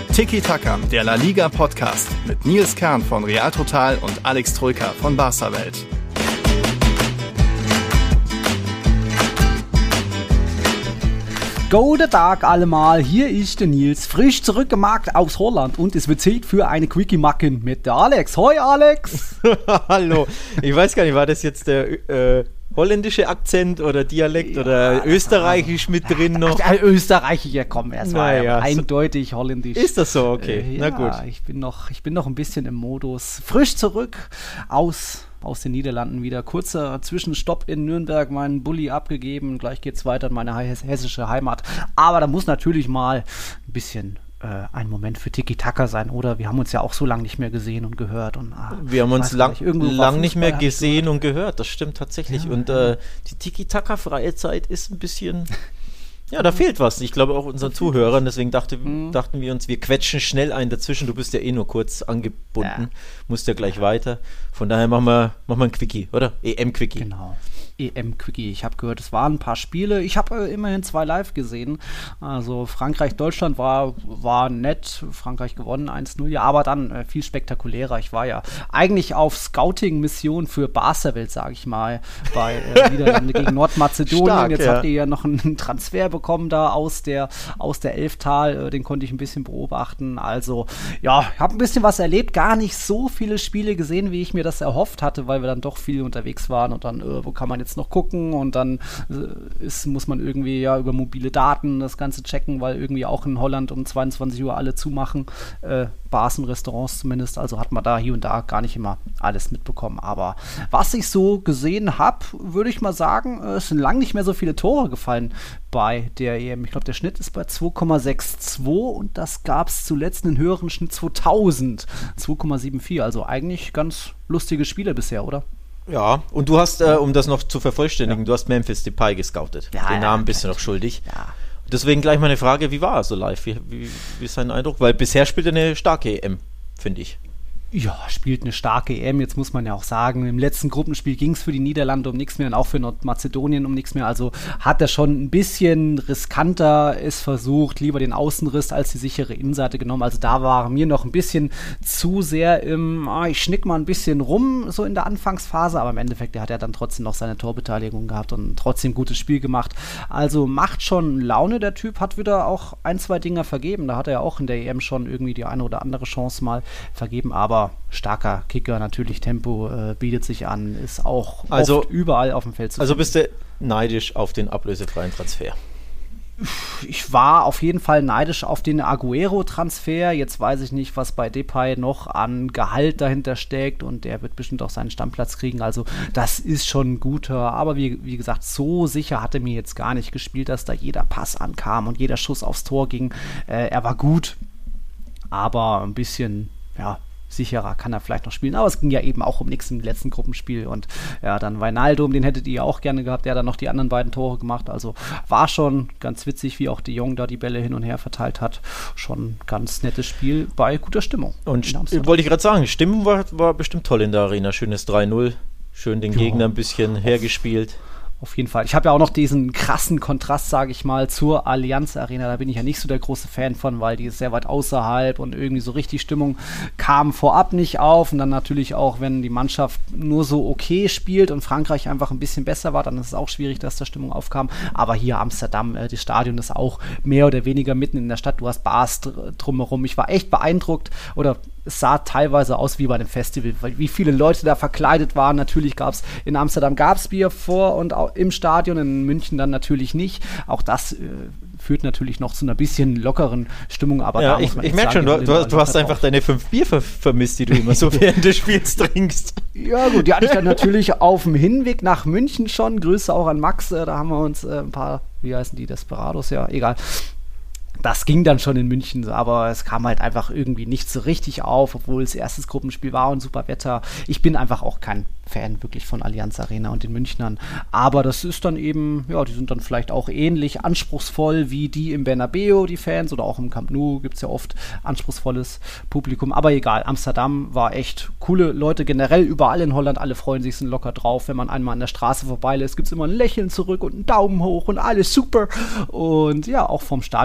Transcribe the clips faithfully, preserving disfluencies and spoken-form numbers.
Tiki Taka, der La Liga Podcast mit Nils Kern von Real Total und Alex Troika von Barca Welt. Guten Tag allemal, hier ist der Nils, frisch zurückgemacht aus Holland und es wird Zeit für eine Quickie-Macken mit der Alex. Hoi Alex! Hallo, ich weiß gar nicht, war das jetzt der äh, holländische Akzent oder Dialekt ja, oder österreichisch mit drin noch? Ach, Österreichisch, ja komm, es war naja, ja eindeutig so holländisch. Ist das so? Okay, äh, na ja, gut. Ich bin, noch, ich bin noch ein bisschen im Modus. Frisch zurück aus... aus den Niederlanden wieder. Kurzer Zwischenstopp in Nürnberg, meinen Bulli abgegeben. Gleich geht's weiter in meine hess- hessische Heimat. Aber da muss natürlich mal ein bisschen äh, ein Moment für Tiki Taka sein, oder? Wir haben uns ja auch so lange nicht mehr gesehen und gehört. Und, ah, wir haben uns lang, nicht, lang nicht mehr gesehen und gehört. Das stimmt tatsächlich. Ja, und ja. Äh, die Tiki Taka freie Zeit ist ein bisschen... Ja, da fehlt was. Ich glaube auch unseren Zuhörern. Deswegen dachte, mhm. dachten wir uns, wir quetschen schnell einen dazwischen. Du bist ja eh nur kurz angebunden. Ja. Musst ja gleich weiter. Von daher machen wir, machen wir ein Quickie, oder? E M-Quickie. Genau. E M-Quickie. Ich habe gehört, es waren ein paar Spiele. Ich habe äh, immerhin zwei live gesehen. Also Frankreich-Deutschland war, war nett. Frankreich gewonnen, eins null. Ja, aber dann äh, viel spektakulärer. Ich war ja eigentlich auf Scouting-Mission für Barca Welt, sage ich mal, bei äh, Niederlande gegen Nordmazedonien. Stark, Jetzt ja. habt ihr ja noch einen Transfer bekommen da aus der, aus der Elftal. Äh, den konnte ich ein bisschen beobachten. Also, ja, ich habe ein bisschen was erlebt. Gar nicht so viele Spiele gesehen, wie ich mir das erhofft hatte, weil wir dann doch viel unterwegs waren und dann, äh, wo kann man jetzt noch gucken und dann äh, ist, muss man irgendwie ja über mobile Daten das Ganze checken, weil irgendwie auch in Holland um zweiundzwanzig Uhr alle zumachen, äh, Bars und Restaurants zumindest, also hat man da hier und da gar nicht immer alles mitbekommen, aber was ich so gesehen habe, würde ich mal sagen, äh, es sind lang nicht mehr so viele Tore gefallen bei der E M. Ich glaube, der Schnitt ist bei zwei Komma zweiundsechzig und das gab es zuletzt einen höheren Schnitt zweitausend, zwei Komma vierundsiebzig, also eigentlich ganz lustige Spiele bisher, oder? Ja, und du hast, äh, um das noch zu vervollständigen, ja. du hast Memphis Depay gescoutet. Ja, Den ja, Namen bist du noch schuldig. Ja. Deswegen gleich meine Frage, wie war er so live? Wie, wie, wie ist sein Eindruck? Weil bisher spielt er eine starke E M, finde ich. Ja, spielt eine starke E M, jetzt muss man ja auch sagen, im letzten Gruppenspiel ging es für die Niederlande um nichts mehr und auch für Nordmazedonien um nichts mehr, also hat er schon ein bisschen riskanter es versucht, lieber den Außenriss als die sichere Innenseite genommen, also da war mir noch ein bisschen zu sehr im, ah, ich schnick mal ein bisschen rum, so in der Anfangsphase, aber im Endeffekt, der hat ja dann trotzdem noch seine Torbeteiligung gehabt und trotzdem gutes Spiel gemacht, also macht schon Laune der Typ, hat wieder auch ein, zwei Dinger vergeben, da hat er ja auch in der E M schon irgendwie die eine oder andere Chance mal vergeben, aber starker Kicker, natürlich Tempo äh, bietet sich an, ist auch also, oft überall auf dem Feld zu Also finden. bist du neidisch auf den ablösefreien Transfer? Ich war auf jeden Fall neidisch auf den Agüero-Transfer. Jetzt weiß ich nicht, was bei Depay noch an Gehalt dahinter steckt und der wird bestimmt auch seinen Stammplatz kriegen. Also das ist schon ein guter, aber wie, wie gesagt, so sicher hat er mir jetzt gar nicht gespielt, dass da jeder Pass ankam und jeder Schuss aufs Tor ging. Äh, er war gut, aber ein bisschen, ja, sicherer kann er vielleicht noch spielen, aber es ging ja eben auch um nichts im letzten Gruppenspiel und ja, dann Wijnaldum, den hättet ihr ja auch gerne gehabt, der hat dann noch die anderen beiden Tore gemacht, also war schon ganz witzig, wie auch de Jong da die Bälle hin und her verteilt hat, schon ein ganz nettes Spiel bei guter Stimmung. Und st- wollte ich gerade sagen, Stimmung war, war bestimmt toll in der Arena, schönes drei null, schön den jo. Gegner ein bisschen hergespielt. Auf jeden Fall. Ich habe ja auch noch diesen krassen Kontrast, sage ich mal, zur Allianz Arena. Da bin ich ja nicht so der große Fan von, weil die ist sehr weit außerhalb und irgendwie so richtig Stimmung kam vorab nicht auf. Und dann natürlich auch, wenn die Mannschaft nur so okay spielt und Frankreich einfach ein bisschen besser war, dann ist es auch schwierig, dass da Stimmung aufkam. Aber hier Amsterdam, äh, das Stadion ist auch mehr oder weniger mitten in der Stadt. Du hast Bars dr- drumherum. Ich war echt beeindruckt oder es sah teilweise aus wie bei einem Festival, weil wie viele Leute da verkleidet waren. Natürlich gab es, in Amsterdam gab es Bier vor und auch im Stadion, in München dann natürlich nicht. Auch das äh, führt natürlich noch zu einer bisschen lockeren Stimmung. Aber ja, da ich, muss man ich echt merke schon, sagen, du, du, du hast einfach deine fünf Bier ver- vermisst, die du immer so während des Spiels trinkst. Ja gut, die hatte ich dann natürlich auf dem Hinweg nach München schon. Grüße auch an Max, äh, da haben wir uns äh, ein paar, wie heißen die, Desperados, ja, egal. Das ging dann schon in München, aber es kam halt einfach irgendwie nicht so richtig auf, obwohl es erstes Gruppenspiel war und super Wetter. Ich bin einfach auch kein Fan wirklich von Allianz Arena und den Münchnern. Aber das ist dann eben, ja, die sind dann vielleicht auch ähnlich anspruchsvoll wie die im Bernabeu, die Fans, oder auch im Camp Nou gibt es ja oft anspruchsvolles Publikum. Aber egal, Amsterdam war echt coole Leute generell, überall in Holland, alle freuen sich, sind locker drauf. Wenn man einmal an der Straße vorbeilässt, gibt es immer ein Lächeln zurück und einen Daumen hoch und alles super. Und ja, auch vom Stadion hat man das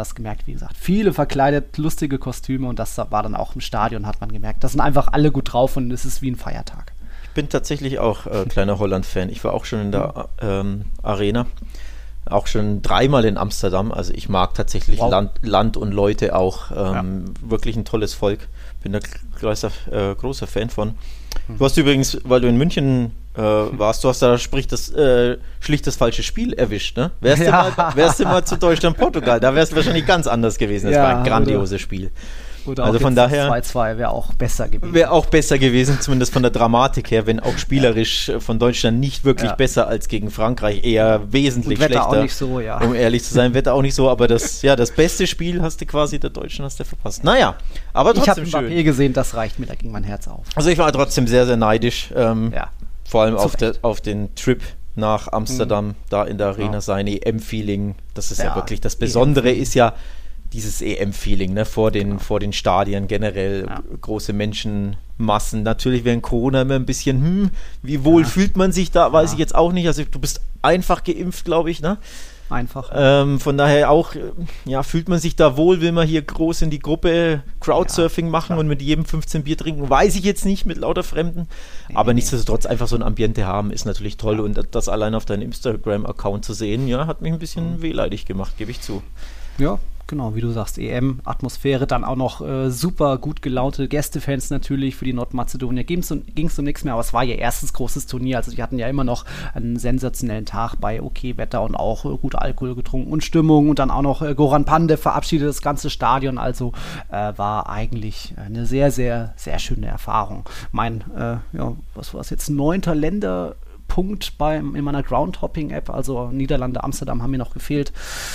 hast gemerkt, wie gesagt, viele verkleidet, lustige Kostüme und das war dann auch im Stadion, hat man gemerkt. Das sind einfach alle gut drauf und es ist wie ein Feiertag. Ich bin tatsächlich auch äh, kleiner Holland-Fan. Ich war auch schon in der ähm, Arena. Auch schon dreimal in Amsterdam. Also ich mag tatsächlich wow. Land, Land und Leute auch. Ähm, ja. Wirklich ein tolles Volk. Bin da großer, äh, großer Fan von. Du hast übrigens, weil du in München äh, warst, du hast da sprich das, äh, schlicht das falsche Spiel erwischt, ne? Wärst, ja. du, mal, wärst du mal zu Deutschland-Portugal, da wärst du wahrscheinlich ganz anders gewesen. Das ja, war ein grandioses oder, Spiel. Oder also auch von daher zwei zwei wäre auch besser gewesen. Wäre auch besser gewesen, zumindest von der Dramatik her, wenn auch spielerisch ja. von Deutschland nicht wirklich ja. besser als gegen Frankreich, eher wesentlich und Wetter schlechter. Auch nicht so, ja. Um ehrlich zu sein, Wetter auch nicht so, aber das, ja, das beste Spiel hast du quasi der Deutschen hast du verpasst. Naja, aber trotzdem ich habe Mbappé gesehen, das reicht mir, da ging mein Herz auf. Also ich war trotzdem sehr, sehr neidisch, ähm, ja. vor allem auf, der, auf den Trip nach Amsterdam, mhm. da in der Arena, ja. sein E M-Feeling, das ist ja, ja wirklich das Besondere, E M ist ja dieses E M-Feeling, ne, vor den, genau. vor den Stadien generell, ja. große Menschenmassen. Natürlich während Corona immer ein bisschen, hm, wie wohl ja. fühlt man sich da, weiß ja. ich jetzt auch nicht. Also du bist einfach geimpft, glaube ich, ne? Einfach. Ähm, von daher auch, ja, fühlt man sich da wohl, will man hier groß in die Gruppe Crowdsurfing ja, machen klar. und mit jedem fünfzehn Bier trinken, weiß ich jetzt nicht, mit lauter Fremden. Nee, aber nichtsdestotrotz einfach so ein Ambiente haben, ist natürlich toll. Ja. Und das allein auf deinem Instagram-Account zu sehen, ja, hat mich ein bisschen mhm. wehleidig gemacht, gebe ich zu. Ja, genau, wie du sagst, E M-Atmosphäre, dann auch noch äh, super gut gelaunte Gästefans natürlich für die Nordmazedonier. Ging es um, um nichts mehr, aber es war ihr erstes großes Turnier, also die hatten ja immer noch einen sensationellen Tag bei okay Wetter und auch äh, gut Alkohol getrunken und Stimmung und dann auch noch äh, Goran Pandev verabschiedet das ganze Stadion, also äh, war eigentlich eine sehr, sehr, sehr schöne Erfahrung. Mein, äh, ja, was war es jetzt, neunter Länderpunkt beim, in meiner Groundhopping-App, also Niederlande, Amsterdam haben mir noch gefehlt.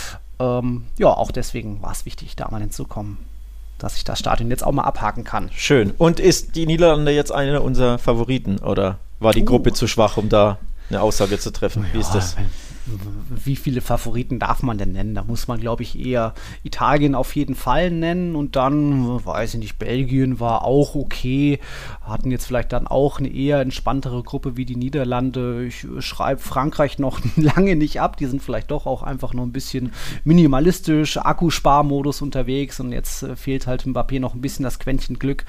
Ähm, ja, auch deswegen war es wichtig, da mal hinzukommen, dass ich das Stadion jetzt auch mal abhaken kann. Schön. Und ist die Niederlande jetzt einer unserer Favoriten oder war die uh. Gruppe zu schwach, um da eine Aussage zu treffen? Wie ja, ist das? Wie viele Favoriten darf man denn nennen? Da muss man, glaube ich, eher Italien auf jeden Fall nennen und dann, weiß ich nicht, Belgien war auch okay, hatten jetzt vielleicht dann auch eine eher entspanntere Gruppe wie die Niederlande. Ich schreibe Frankreich noch lange nicht ab, die sind vielleicht doch auch einfach nur ein bisschen minimalistisch, Akkusparmodus unterwegs und jetzt äh, fehlt halt Mbappé noch ein bisschen das Quäntchen Glück.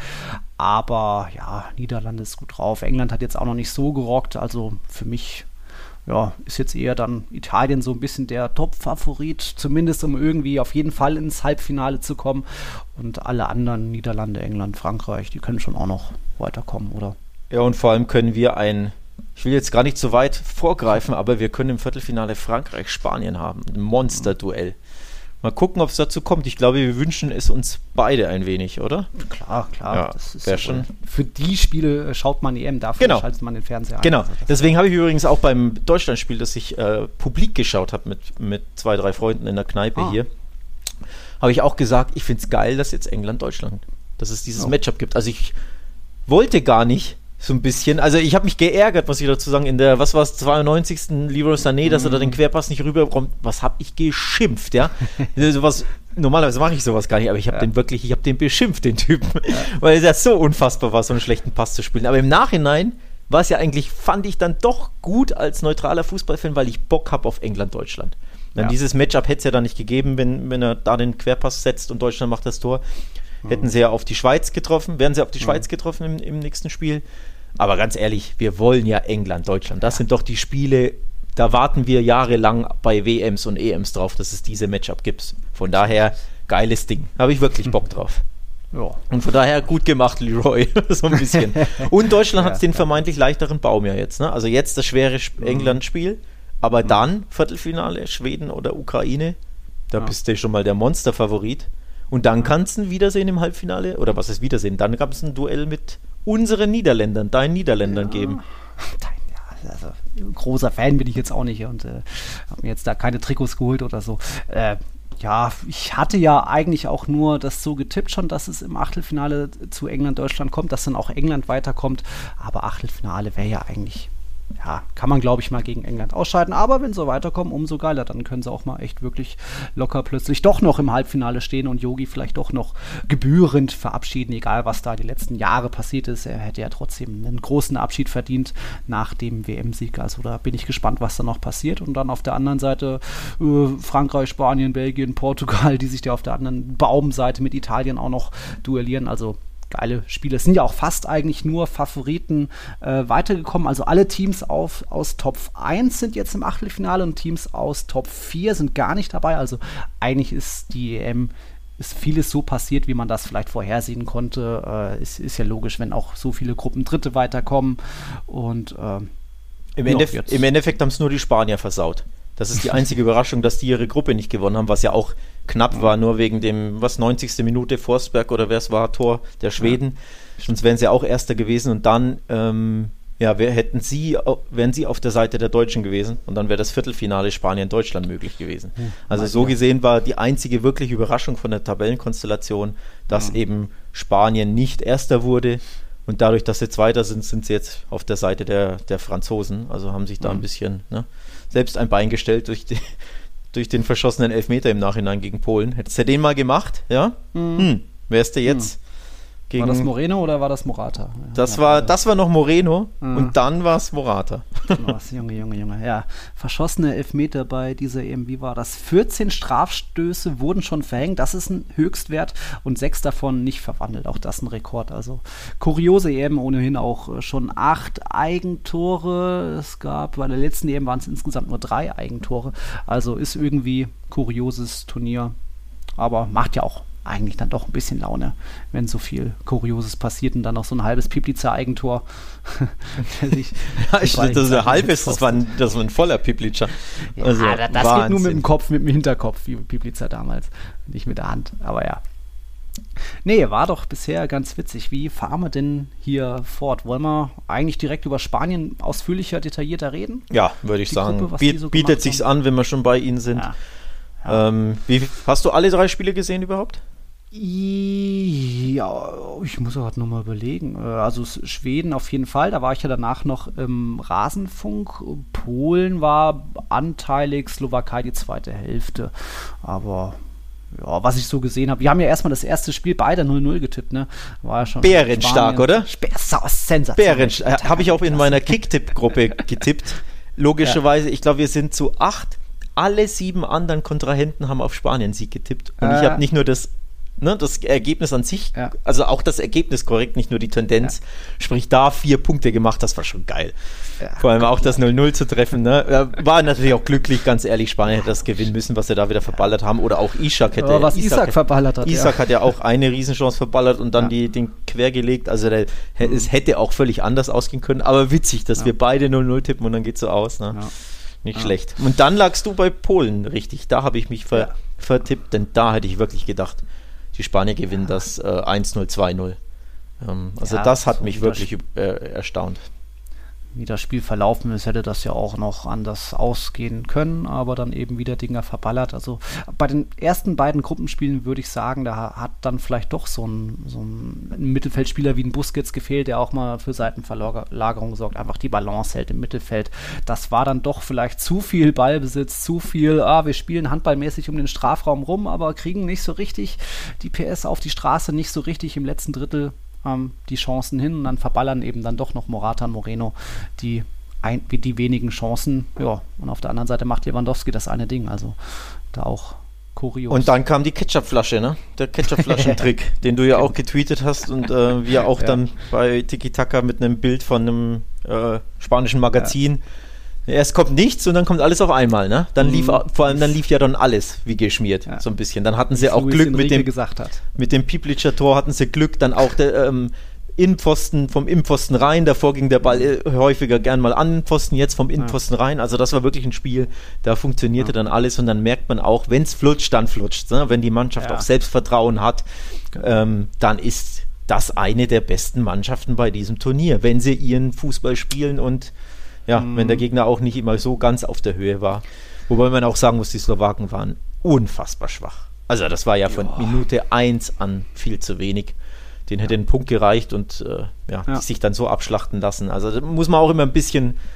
Aber ja, Niederlande ist gut drauf. England hat jetzt auch noch nicht so gerockt, also für mich ja, ist jetzt eher dann Italien so ein bisschen der Top-Favorit, zumindest um irgendwie auf jeden Fall ins Halbfinale zu kommen. Und alle anderen, Niederlande, England, Frankreich, die können schon auch noch weiterkommen, oder? Ja, und vor allem können wir ein, ich will jetzt gar nicht so weit vorgreifen, aber wir können im Viertelfinale Frankreich-Spanien haben. Ein Monster-Duell. Mal gucken, ob es dazu kommt. Ich glaube, wir wünschen es uns beide ein wenig, oder? Klar, klar. Ja, das ist ja schon. Für die Spiele schaut man E M, dafür genau. schaltet man den Fernseher ein. Genau. Also Deswegen habe ich übrigens auch beim Deutschlandspiel, das ich äh, publik geschaut habe mit, mit zwei, drei Freunden in der Kneipe ah. hier, habe ich auch gesagt, ich finde es geil, dass jetzt England-Deutschland, dass es dieses oh. Matchup gibt. Also ich wollte gar nicht so ein bisschen, also ich habe mich geärgert, muss ich dazu sagen, in der, was war es, zweiundneunzigsten Leroy Sané, dass mm. er da den Querpass nicht rüberkommt, was habe ich geschimpft, ja? sowas, normalerweise mache ich sowas gar nicht, aber ich habe ja. den wirklich, ich habe den beschimpft, den Typen, ja. weil er so unfassbar war, so einen schlechten Pass zu spielen. Aber im Nachhinein war es ja eigentlich, fand ich dann doch gut als neutraler Fußballfan, weil ich Bock habe auf England-Deutschland. Dann ja. dieses Matchup hätte es ja da nicht gegeben, wenn, wenn er da den Querpass setzt und Deutschland macht das Tor. Mhm. Hätten sie ja auf die Schweiz getroffen, wären sie auf die mhm. Schweiz getroffen im, im nächsten Spiel. Aber ganz ehrlich, wir wollen ja England, Deutschland. Das sind doch die Spiele, da warten wir jahrelang bei W Ms und E Ms drauf, dass es diese Matchup gibt. Von daher, geiles Ding. Habe ich wirklich Bock drauf. Ja. Und von daher gut gemacht, Leroy. So ein bisschen. Und Deutschland ja, hat den vermeintlich leichteren Baum ja jetzt. Ne? Also jetzt das schwere Sp- England-Spiel. Aber dann Viertelfinale, Schweden oder Ukraine. Da ja. bist du schon mal der Monster-Favorit. Und dann kannst du ein Wiedersehen im Halbfinale. Oder was ist Wiedersehen? Dann gab es ein Duell mit unseren Niederländern, deinen Niederländern ja. geben. Ja, also großer Fan bin ich jetzt auch nicht und äh, habe mir jetzt da keine Trikots geholt oder so. Äh, ja, ich hatte ja eigentlich auch nur das so getippt schon, dass es im Achtelfinale zu England-Deutschland kommt, dass dann auch England weiterkommt. Aber Achtelfinale wäre ja eigentlich ja, kann man, glaube ich, mal gegen England ausscheiden. Aber wenn sie weiterkommen, umso geiler. Dann können sie auch mal echt wirklich locker plötzlich doch noch im Halbfinale stehen und Yogi vielleicht doch noch gebührend verabschieden, egal was da die letzten Jahre passiert ist. Er hätte ja trotzdem einen großen Abschied verdient nach dem W M-Sieg. Also da bin ich gespannt, was da noch passiert. Und dann auf der anderen Seite äh, Frankreich, Spanien, Belgien, Portugal, die sich da auf der anderen Baumseite mit Italien auch noch duellieren. Also geile Spiele. Es sind ja auch fast eigentlich nur Favoriten äh, weitergekommen. Also alle Teams auf, aus Top eins sind jetzt im Achtelfinale und Teams aus Top vier sind gar nicht dabei. Also eigentlich ist die E M, ist vieles so passiert, wie man das vielleicht vorhersehen konnte. Äh, ist, ist ja logisch, wenn auch so viele Gruppen Dritte weiterkommen. Und äh, Im, Endef- ja, im Endeffekt haben es nur die Spanier versaut. Das ist die einzige Überraschung, dass die ihre Gruppe nicht gewonnen haben, was ja auch knapp war, nur wegen dem, was, neunzigste Minute Forsberg oder wer es war, Tor der Schweden. Ja. Sonst wären sie auch Erster gewesen und dann, ähm, ja, wär, hätten sie, wären sie auf der Seite der Deutschen gewesen und dann wäre das Viertelfinale Spanien-Deutschland möglich gewesen. Ja, also so gesehen war die einzige wirkliche Überraschung von der Tabellenkonstellation, dass ja. eben Spanien nicht Erster wurde. Und dadurch, dass sie Zweiter sind, sind sie jetzt auf der Seite der, der Franzosen. Also haben sich da mhm. ein bisschen ne, selbst ein Bein gestellt durch, die, durch den verschossenen Elfmeter im Nachhinein gegen Polen. Hättest du den mal gemacht, ja? Mhm. Hm, wärst du jetzt mhm. gegen... War das Moreno oder war das Morata? Das, ja, war, das war noch Moreno mhm. und dann war es Morata. Was, Junge, Junge, Junge. Ja, verschossene Elfmeter bei dieser E M. Wie war das? vierzehn Strafstöße wurden schon verhängt. Das ist ein Höchstwert und sechs davon nicht verwandelt. Auch das ein Rekord. Also kuriose E M, ohnehin auch schon acht Eigentore. Es gab, bei der letzten E M waren es insgesamt nur drei Eigentore. Also ist irgendwie kurioses Turnier. Aber macht ja auch eigentlich dann doch ein bisschen Laune, wenn so viel Kurioses passiert und dann noch so ein halbes Piplica-Eigentor. Ja, das ist ein halbes, das war ein, das war ein voller Piplica. Also, ja, das Wahnsinn. Geht nur mit dem Kopf, mit dem Hinterkopf, wie Piplica damals, nicht mit der Hand, aber ja. Nee, war doch bisher ganz witzig. Wie fahren wir denn hier fort? Wollen wir eigentlich direkt über Spanien ausführlicher, detaillierter reden? Ja, würde ich Die sagen. Gruppe, Biet, so bietet sich's haben? an, wenn wir schon bei Ihnen sind. Ja. Ja. Ähm, wie, hast du alle drei Spiele gesehen überhaupt? Ja, ich muss auch noch mal überlegen. Also Schweden auf jeden Fall, da war ich ja danach noch im Rasenfunk. Polen war anteilig, Slowakei die zweite Hälfte. Aber ja, was ich so gesehen habe, wir haben ja erstmal das erste Spiel beide null null getippt, ne? War ja schon bärenstark, oder? Sensationell. Bärenstark. Habe ich auch in meiner Kicktipp-Gruppe getippt. Logischerweise, ja. Ich glaube, wir sind zu acht. Alle sieben anderen Kontrahenten haben auf Spanien-Sieg getippt. Und äh. ich habe nicht nur das Ne, das Ergebnis an sich, ja. also auch das Ergebnis korrekt, nicht nur die Tendenz, ja. sprich da vier Punkte gemacht, das war schon geil. Ja, Vor allem auch das null null zu treffen, ne? War natürlich auch glücklich, ganz ehrlich, Spanien hätte das gewinnen müssen, was sie da wieder verballert haben, oder auch Ishak hätte. Aber was Ishak, Ishak verballert hat. Ishak ja. hat ja auch eine Riesenchance verballert und dann ja. die, den quer gelegt, also der, mhm. es hätte auch völlig anders ausgehen können, aber witzig, dass ja. wir beide null null tippen und dann geht so aus, ne? Ja. Nicht ja. schlecht. Und dann lagst du bei Polen, richtig, da habe ich mich ver, ja. vertippt, denn da hätte ich wirklich gedacht, die Spanier gewinnen ja. das äh, eins null, zwei null. Ähm, also ja, das hat so mich wirklich äh, erstaunt. Wie das Spiel verlaufen ist, hätte das ja auch noch anders ausgehen können, aber dann eben wieder Dinger verballert. Also bei den ersten beiden Gruppenspielen würde ich sagen, da hat dann vielleicht doch so ein, so ein Mittelfeldspieler wie ein Busquets gefehlt, der auch mal für Seitenverlagerung sorgt, einfach die Balance hält im Mittelfeld. Das war dann doch vielleicht zu viel Ballbesitz, zu viel, ah, wir spielen handballmäßig um den Strafraum rum, aber kriegen nicht so richtig die P S auf die Straße, nicht so richtig im letzten Drittel die Chancen hin und dann verballern eben dann doch noch Morata und Moreno die, ein, die wenigen Chancen. Ja, und auf der anderen Seite macht Lewandowski das eine Ding, also da auch kurios. Und dann kam die Ketchupflasche, ne? Der Ketchupflaschentrick, den du ja auch getweetet hast und äh, wir auch ja. dann bei Tiki Taka mit einem Bild von einem äh, spanischen Magazin. Ja. Erst kommt nichts und dann kommt alles auf einmal, ne? Dann lief mhm. vor allem dann lief ja dann alles wie geschmiert, ja. so ein bisschen. Dann hatten sie auch Glück mit dem gesagt hat. mit dem Piplica Tor hatten sie Glück, dann auch der ähm, Innenpfosten vom Innenpfosten rein, davor ging der Ball äh, häufiger gern mal an den Pfosten, jetzt vom Innenpfosten ja. rein. Also das war wirklich ein Spiel, da funktionierte ja. dann alles und dann merkt man auch, wenn es flutscht, dann flutscht, ne? Wenn die Mannschaft ja. auch Selbstvertrauen hat, ähm, dann ist das eine der besten Mannschaften bei diesem Turnier, wenn sie ihren Fußball spielen und ja, mhm. wenn der Gegner auch nicht immer so ganz auf der Höhe war. Wobei man auch sagen muss, die Slowaken waren unfassbar schwach. Also das war ja von Joa. Minute eins an viel zu wenig. Den hätte ja. ein Punkt gereicht und äh, ja, ja. sich dann so abschlachten lassen. Also da muss man auch immer ein bisschen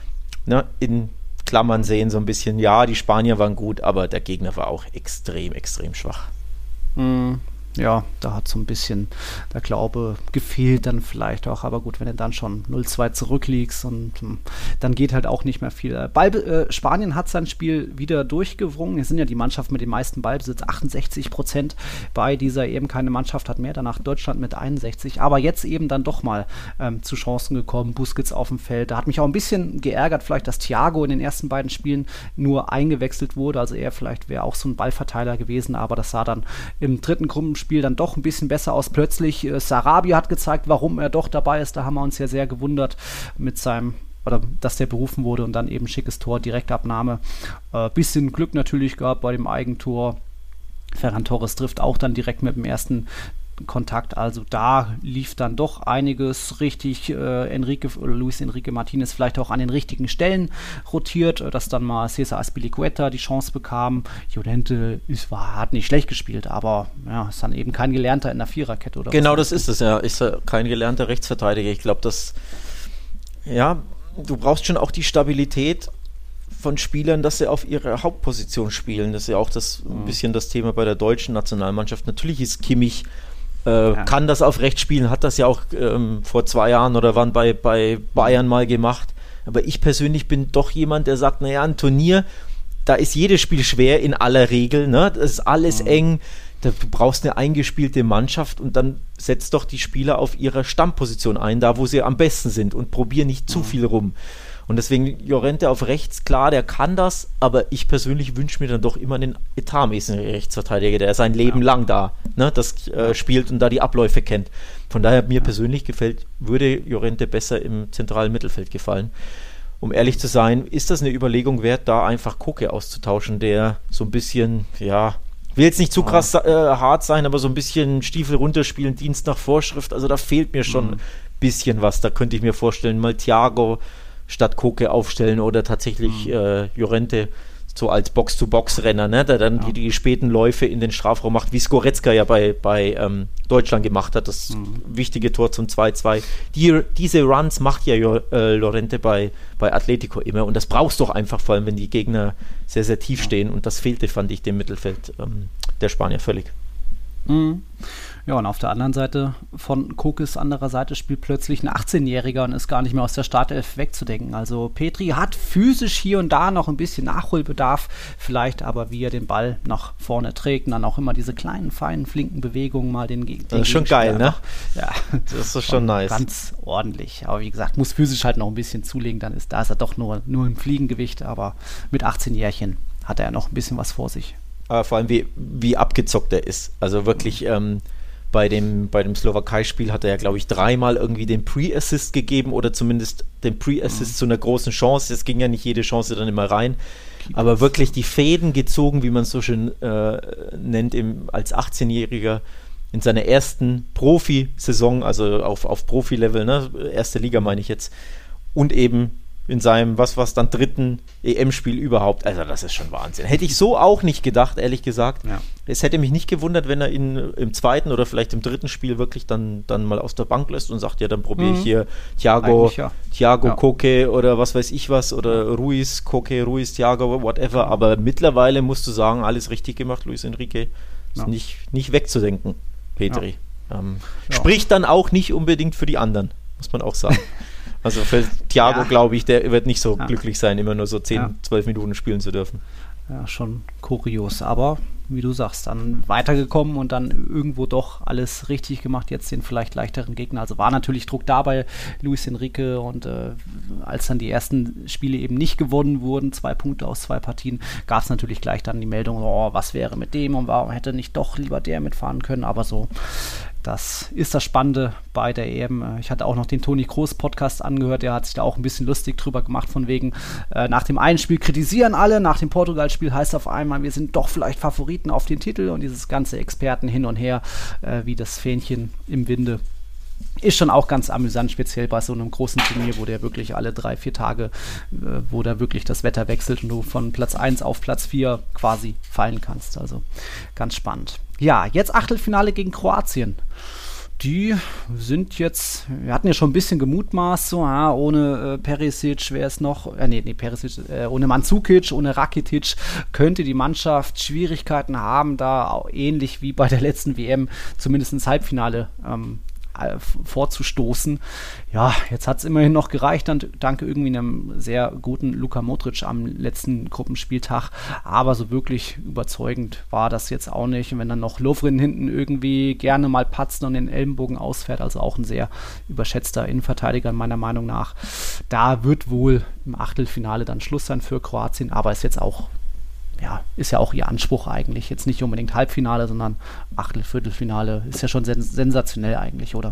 ne, in Klammern sehen, so ein bisschen, ja, die Spanier waren gut, aber der Gegner war auch extrem, extrem schwach. Mhm. Ja, da hat so ein bisschen der Glaube gefehlt dann vielleicht auch. Aber gut, wenn du dann schon null zwei zurückliegst und um, dann geht halt auch nicht mehr viel. Ball, äh, Spanien hat sein Spiel wieder durchgewrungen. Es sind ja die Mannschaft mit dem meisten Ballbesitz, achtundsechzig Prozent. Bei dieser eben keine Mannschaft hat mehr. Danach Deutschland mit einundsechzig. Aber jetzt eben dann doch mal ähm, zu Chancen gekommen. Busquets auf dem Feld. Da hat mich auch ein bisschen geärgert, vielleicht, dass Thiago in den ersten beiden Spielen nur eingewechselt wurde. Also er vielleicht wäre auch so ein Ballverteiler gewesen. Aber das sah dann im dritten Gruppenspiel Spiel dann doch ein bisschen besser aus. Plötzlich äh, Sarabia hat gezeigt, warum er doch dabei ist. Da haben wir uns ja sehr gewundert mit seinem, oder dass der berufen wurde und dann eben schickes Tor, Direktabnahme. Äh, bisschen Glück natürlich gehabt bei dem Eigentor. Ferran Torres trifft auch dann direkt mit dem ersten Kontakt, also da lief dann doch einiges richtig. äh, Enrique, Luis Enrique Martinez vielleicht auch an den richtigen Stellen rotiert, äh, dass dann mal Cesar Azpilicueta die Chance bekam. Llorente ist, war, hat nicht schlecht gespielt, aber ja, ist dann eben kein Gelernter in der Viererkette. Oder genau, das ist es, ja. Ist ja kein gelernter Rechtsverteidiger. Ich glaube, dass, ja, du brauchst schon auch die Stabilität von Spielern, dass sie auf ihre Hauptposition spielen. Das ist ja auch das, mhm. ein bisschen das Thema bei der deutschen Nationalmannschaft. Natürlich ist Kimmich Äh, ja. kann das auf rechts spielen, hat das ja auch ähm, vor zwei Jahren oder wann bei, bei Bayern mal gemacht. Aber ich persönlich bin doch jemand, der sagt, naja, ein Turnier, da ist jedes Spiel schwer in aller Regel, ne? Das ist alles mhm. eng, da, du brauchst eine eingespielte Mannschaft und dann setzt doch die Spieler auf ihrer Stammposition ein, da wo sie am besten sind und probier nicht mhm. zu viel rum. Und deswegen Llorente auf rechts, klar, der kann das, aber ich persönlich wünsche mir dann doch immer einen etatmäßigen Rechtsverteidiger, der sein Leben ja. lang da ne, das äh, spielt und da die Abläufe kennt. Von daher, mir ja. persönlich gefällt, würde Llorente besser im zentralen Mittelfeld gefallen. Um ehrlich zu sein, ist das eine Überlegung wert, da einfach Koke auszutauschen, der so ein bisschen, ja, will jetzt nicht zu krass äh, hart sein, aber so ein bisschen Stiefel runterspielen, Dienst nach Vorschrift, also da fehlt mir schon ein mhm. bisschen was. Da könnte ich mir vorstellen, mal Thiago statt Koke aufstellen oder tatsächlich mhm. äh, Llorente so als Box-to-Box-Renner, ne, der dann ja. die, die späten Läufe in den Strafraum macht, wie Skoretzka ja bei, bei ähm, Deutschland gemacht hat, das mhm. wichtige Tor zum zwei zwei. Die, diese Runs macht ja äh, Llorente bei, bei Atletico immer und das brauchst du doch einfach, vor allem wenn die Gegner sehr, sehr tief ja. stehen und das fehlte, fand ich, dem Mittelfeld ähm, der Spanier völlig. Mhm. Ja, und auf der anderen Seite von Kokes anderer Seite spielt plötzlich ein achtzehnjähriger und ist gar nicht mehr aus der Startelf wegzudenken. Also Petri hat physisch hier und da noch ein bisschen Nachholbedarf, vielleicht aber wie er den Ball nach vorne trägt und dann auch immer diese kleinen, feinen, flinken Bewegungen mal den Gegner. Das ist schon geil, ne? Ja, das ist schon nice. Ganz ordentlich. Aber wie gesagt, muss physisch halt noch ein bisschen zulegen, dann ist da ist er doch nur, nur ein Fliegengewicht, aber mit achtzehn Jährchen hat er ja noch ein bisschen was vor sich. Aber vor allem, wie, wie abgezockt er ist. Also wirklich, ähm, bei dem, bei dem Slowakei-Spiel hat er ja, glaube ich, dreimal irgendwie den Pre-Assist gegeben oder zumindest den Pre-Assist mhm. zu einer großen Chance. Es ging ja nicht jede Chance dann immer rein. Aber wirklich die Fäden gezogen, wie man es so schön äh, nennt, im, als achtzehnjähriger in seiner ersten Profisaison, also auf, auf Profi-Level, ne? Erste Liga meine ich jetzt. Und eben in seinem, was was dann dritten E M-Spiel überhaupt. Also das ist schon Wahnsinn. Hätte ich so auch nicht gedacht, ehrlich gesagt. Ja. Es hätte mich nicht gewundert, wenn er ihn im zweiten oder vielleicht im dritten Spiel wirklich dann, dann mal aus der Bank lässt und sagt, ja, dann probiere ich hier Thiago, ja. Thiago ja. Koke oder was weiß ich was oder Ruiz, Koke, Ruiz, Thiago, whatever. Aber mittlerweile musst du sagen, alles richtig gemacht, Luis Enrique. Ist ja. nicht, nicht wegzudenken, Petri. Ja. Ähm, ja. Spricht dann auch nicht unbedingt für die anderen, muss man auch sagen. Also für Thiago, ja. glaube ich, der wird nicht so ja. glücklich sein, immer nur so zehn, ja. zwölf Minuten spielen zu dürfen. Ja, schon kurios. Aber wie du sagst, dann weitergekommen und dann irgendwo doch alles richtig gemacht, jetzt den vielleicht leichteren Gegner. Also war natürlich Druck da bei Luis Enrique und äh, als dann die ersten Spiele eben nicht gewonnen wurden, zwei Punkte aus zwei Partien, gab es natürlich gleich dann die Meldung, oh, was wäre mit dem und warum hätte nicht doch lieber der mitfahren können, aber so. Das ist das Spannende bei der E M. Ich hatte auch noch den Toni Kroos Podcast angehört, der hat sich da auch ein bisschen lustig drüber gemacht, von wegen, äh, nach dem einen Spiel kritisieren alle, nach dem Portugal-Spiel heißt auf einmal, wir sind doch vielleicht Favoriten auf den Titel und dieses ganze Experten hin und her, äh, wie das Fähnchen im Winde. Ist schon auch ganz amüsant, speziell bei so einem großen Turnier, wo der wirklich alle drei, vier Tage, äh, wo da wirklich das Wetter wechselt und du von Platz eins auf Platz vier quasi fallen kannst. Also ganz spannend. Ja, jetzt Achtelfinale gegen Kroatien. Die sind jetzt, wir hatten ja schon ein bisschen gemutmaßt, so, ah, ohne äh, Perisic wäre es noch, äh, nee, nee, Perisic, äh, ohne Mandzukic, ohne Rakitic könnte die Mannschaft Schwierigkeiten haben, da auch ähnlich wie bei der letzten W M zumindest ins Halbfinale ähm, vorzustoßen. Ja, jetzt hat es immerhin noch gereicht, dann, dank irgendwie einem sehr guten Luka Modric am letzten Gruppenspieltag, aber so wirklich überzeugend war das jetzt auch nicht. Und wenn dann noch Lovren hinten irgendwie gerne mal patzt und den Ellenbogen ausfährt, also auch ein sehr überschätzter Innenverteidiger meiner Meinung nach, da wird wohl im Achtelfinale dann Schluss sein für Kroatien, aber ist jetzt auch ja, ist ja auch ihr Anspruch eigentlich. Jetzt nicht unbedingt Halbfinale, sondern Achtel-, Viertelfinale. Ist ja schon sens- sensationell eigentlich, oder?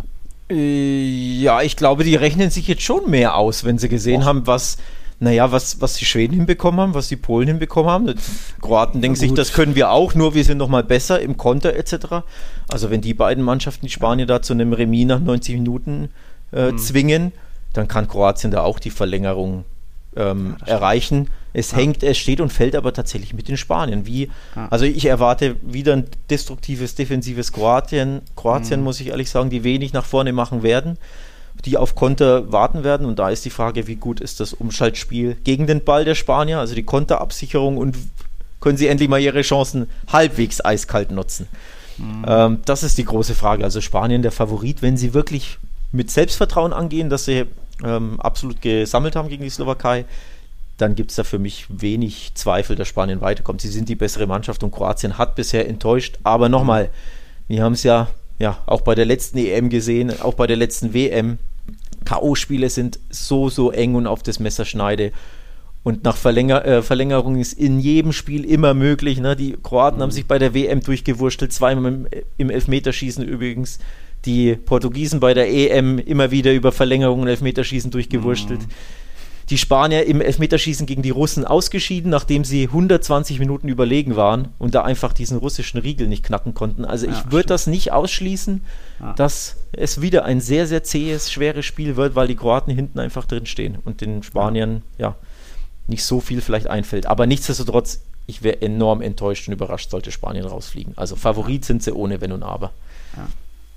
Ja, ich glaube, die rechnen sich jetzt schon mehr aus, wenn sie gesehen Och. haben, was, naja, was, was die Schweden hinbekommen haben, was die Polen hinbekommen haben. Die Kroaten denken sich, das können wir auch, nur wir sind noch mal besser im Konter et cetera. Also wenn die beiden Mannschaften die Spanier da zu einem Remis nach neunzig Minuten äh, hm. zwingen, dann kann Kroatien da auch die Verlängerung ähm, ja, erreichen. Es ja. hängt, es steht und fällt aber tatsächlich mit den Spaniern. Wie, ja. Also ich erwarte wieder ein destruktives, defensives Kroatien. Kroatien, mhm. muss ich ehrlich sagen, die wenig nach vorne machen werden, die auf Konter warten werden. Und da ist die Frage, wie gut ist das Umschaltspiel gegen den Ball der Spanier, also die Konterabsicherung, und können sie endlich mal ihre Chancen halbwegs eiskalt nutzen? Mhm. Ähm, das ist die große Frage. Also Spanien der Favorit, wenn sie wirklich mit Selbstvertrauen angehen, dass sie ähm, absolut gesammelt haben gegen die Slowakei, dann gibt es da für mich wenig Zweifel, dass Spanien weiterkommt. Sie sind die bessere Mannschaft und Kroatien hat bisher enttäuscht. Aber nochmal, wir haben es ja, ja auch bei der letzten E M gesehen, auch bei der letzten W M. K O-Spiele sind so, so eng und auf das Messerschneide. Und nach Verlänger- äh, Verlängerung ist in jedem Spiel immer möglich. Ne? Die Kroaten mhm. haben sich bei der W M durchgewurstelt, zweimal im, im Elfmeterschießen übrigens. Die Portugiesen bei der E M immer wieder über Verlängerung und Elfmeterschießen durchgewurstelt. Mhm. Die Spanier im Elfmeterschießen gegen die Russen ausgeschieden, nachdem sie hundertzwanzig Minuten überlegen waren und da einfach diesen russischen Riegel nicht knacken konnten. Also ja, ich würde das nicht ausschließen, ja. dass es wieder ein sehr, sehr zähes, schweres Spiel wird, weil die Kroaten hinten einfach drin stehen und den Spaniern ja, ja nicht so viel vielleicht einfällt. Aber nichtsdestotrotz, ich wäre enorm enttäuscht und überrascht, sollte Spanien rausfliegen. Also Favorit ja. sind sie ohne Wenn und Aber. Ja.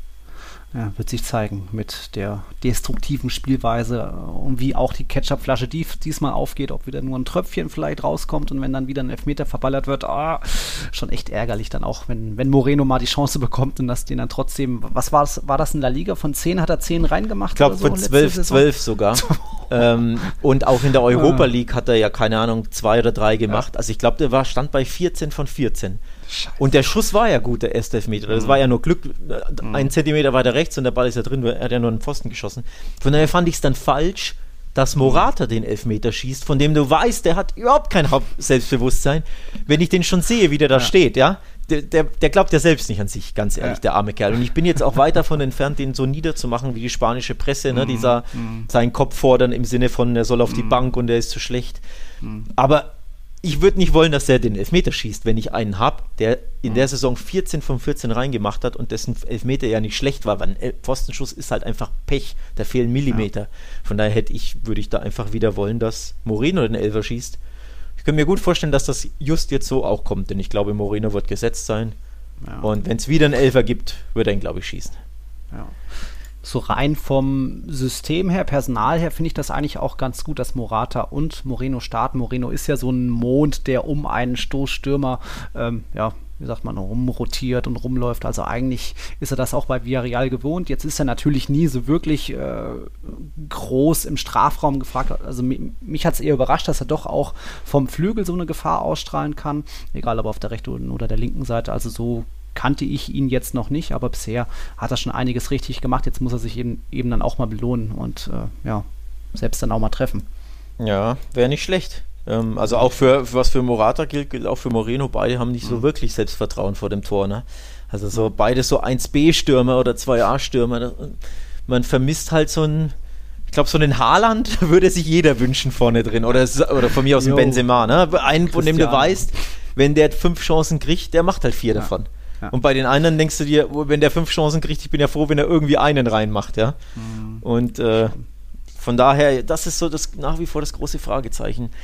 Ja, wird sich zeigen mit der destruktiven Spielweise und wie auch die Ketchupflasche die diesmal aufgeht, ob wieder nur ein Tröpfchen vielleicht rauskommt und wenn dann wieder ein Elfmeter verballert wird, ah, schon echt ärgerlich dann auch, wenn, wenn Moreno mal die Chance bekommt und das den dann trotzdem, was war das, war das in der Liga? Von zehn hat er zehn reingemacht? Ich glaube von zwölf, zwölf sogar. ähm, und auch in der Europa League hat er ja, keine Ahnung, zwei oder drei gemacht. Ja. Also ich glaube, der war, stand bei vierzehn von vierzehn. Scheiße. Und der Schuss war ja gut, der erste Elfmeter. Das mhm. war ja nur Glück. Mhm. Ein Zentimeter weiter rechts und der Ball ist ja drin. Er hat ja nur einen Pfosten geschossen. Von daher fand ich es dann falsch, dass Morata den Elfmeter schießt, von dem du weißt, der hat überhaupt kein Selbstbewusstsein. Wenn ich den schon sehe, wie der da ja. steht, ja, der, der, der glaubt ja selbst nicht an sich, ganz ehrlich, ja. der arme Kerl. Und ich bin jetzt auch weit davon entfernt, den so niederzumachen wie die spanische Presse, ne, mhm. die sah mhm. seinen Kopf fordern im Sinne von, er soll auf mhm. die Bank und er ist zu schlecht. Mhm. Aber ich würde nicht wollen, dass er den Elfmeter schießt, wenn ich einen habe, der in der Saison vierzehn von vierzehn reingemacht hat und dessen Elfmeter ja nicht schlecht war, weil ein Pfostenschuss ist halt einfach Pech, da fehlen Millimeter. Ja. Von daher hätte ich, würde ich da einfach wieder wollen, dass Moreno den Elfer schießt. Ich könnte mir gut vorstellen, dass das just jetzt so auch kommt, denn ich glaube, Moreno wird gesetzt sein. Ja. Und wenn es wieder einen Elfer gibt, wird er ihn, glaube ich, schießen. Ja. So rein vom System her, Personal her, finde ich das eigentlich auch ganz gut, dass Morata und Moreno starten. Moreno ist ja so ein Mond, der um einen Stoßstürmer, ähm, ja, wie sagt man, rumrotiert und rumläuft. Also eigentlich ist er das auch bei Villarreal gewohnt. Jetzt ist er natürlich nie so wirklich äh, groß im Strafraum gefragt. Also mich, mich hat es eher überrascht, dass er doch auch vom Flügel so eine Gefahr ausstrahlen kann. Egal, ob auf der rechten oder der linken Seite. Also so kannte ich ihn jetzt noch nicht, aber bisher hat er schon einiges richtig gemacht. Jetzt muss er sich eben, eben dann auch mal belohnen und äh, ja, selbst dann auch mal treffen. Ja, wäre nicht schlecht. Ähm, also auch für, was für Morata gilt, gilt auch für Moreno. Beide haben nicht so mhm. wirklich Selbstvertrauen vor dem Tor. Ne? Also so beide so eins B-Stürmer oder zwei A-Stürmer. Man vermisst halt so einen, ich glaube, so einen Haaland würde sich jeder wünschen vorne drin. Oder, oder von mir aus ein Benzema. Ne? Einen, von dem du weißt, wenn der fünf Chancen kriegt, der macht halt vier ja. davon. Ja. Und bei den anderen denkst du dir, wenn der fünf Chancen kriegt, ich bin ja froh, wenn er irgendwie einen reinmacht, ja. Mhm. Und äh, von daher, das ist so das nach wie vor das große Fragezeichen.